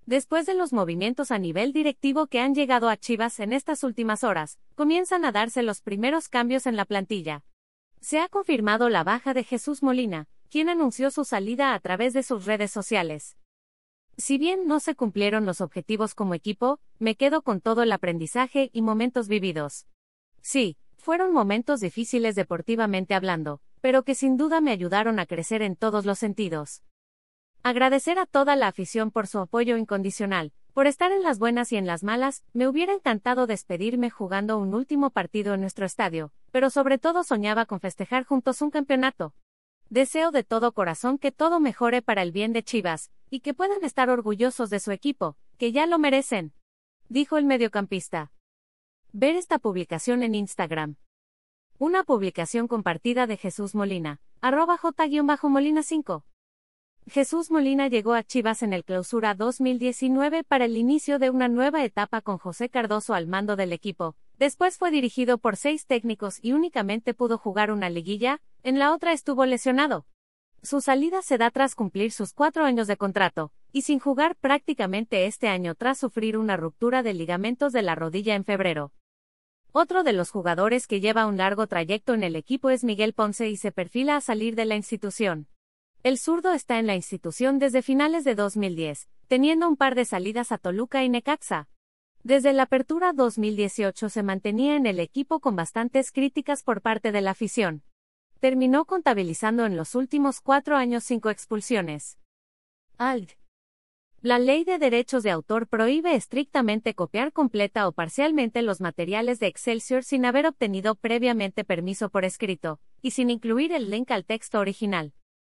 Después de los movimientos a nivel directivo que han llegado a Chivas en estas últimas horas, comienzan a darse los primeros cambios en la plantilla. Se ha confirmado la baja de Jesús Molina, quien anunció su salida a través de sus redes sociales. Si bien no se cumplieron los objetivos como equipo, me quedo con todo el aprendizaje y momentos vividos. Sí, fueron momentos difíciles deportivamente hablando, pero que sin duda me ayudaron a crecer en todos los sentidos. Agradecer a toda la afición por su apoyo incondicional, por estar en las buenas y en las malas. Me hubiera encantado despedirme jugando un último partido en nuestro estadio, pero sobre todo soñaba con festejar juntos un campeonato. Deseo de todo corazón que todo mejore para el bien de Chivas, y que puedan estar orgullosos de su equipo, que ya lo merecen, dijo el mediocampista. Ver esta publicación en Instagram. Una publicación compartida de Jesús Molina, @J-Molina5. Jesús Molina llegó a Chivas en el Clausura 2019 para el inicio de una nueva etapa con José Cardoso al mando del equipo. Después fue dirigido por 6 técnicos y únicamente pudo jugar una liguilla, en la otra estuvo lesionado. Su salida se da tras cumplir sus 4 años de contrato, y sin jugar prácticamente este año tras sufrir una ruptura de ligamentos de la rodilla en febrero. Otro de los jugadores que lleva un largo trayecto en el equipo es Miguel Ponce y se perfila a salir de la institución. El zurdo está en la institución desde finales de 2010, teniendo un par de salidas a Toluca y Necaxa. Desde la apertura 2018 se mantenía en el equipo con bastantes críticas por parte de la afición. Terminó contabilizando en los últimos 4 años 5 expulsiones. Ald. La Ley de Derechos de Autor prohíbe estrictamente copiar completa o parcialmente los materiales de Excelsior sin haber obtenido previamente permiso por escrito, y sin incluir el link al texto original.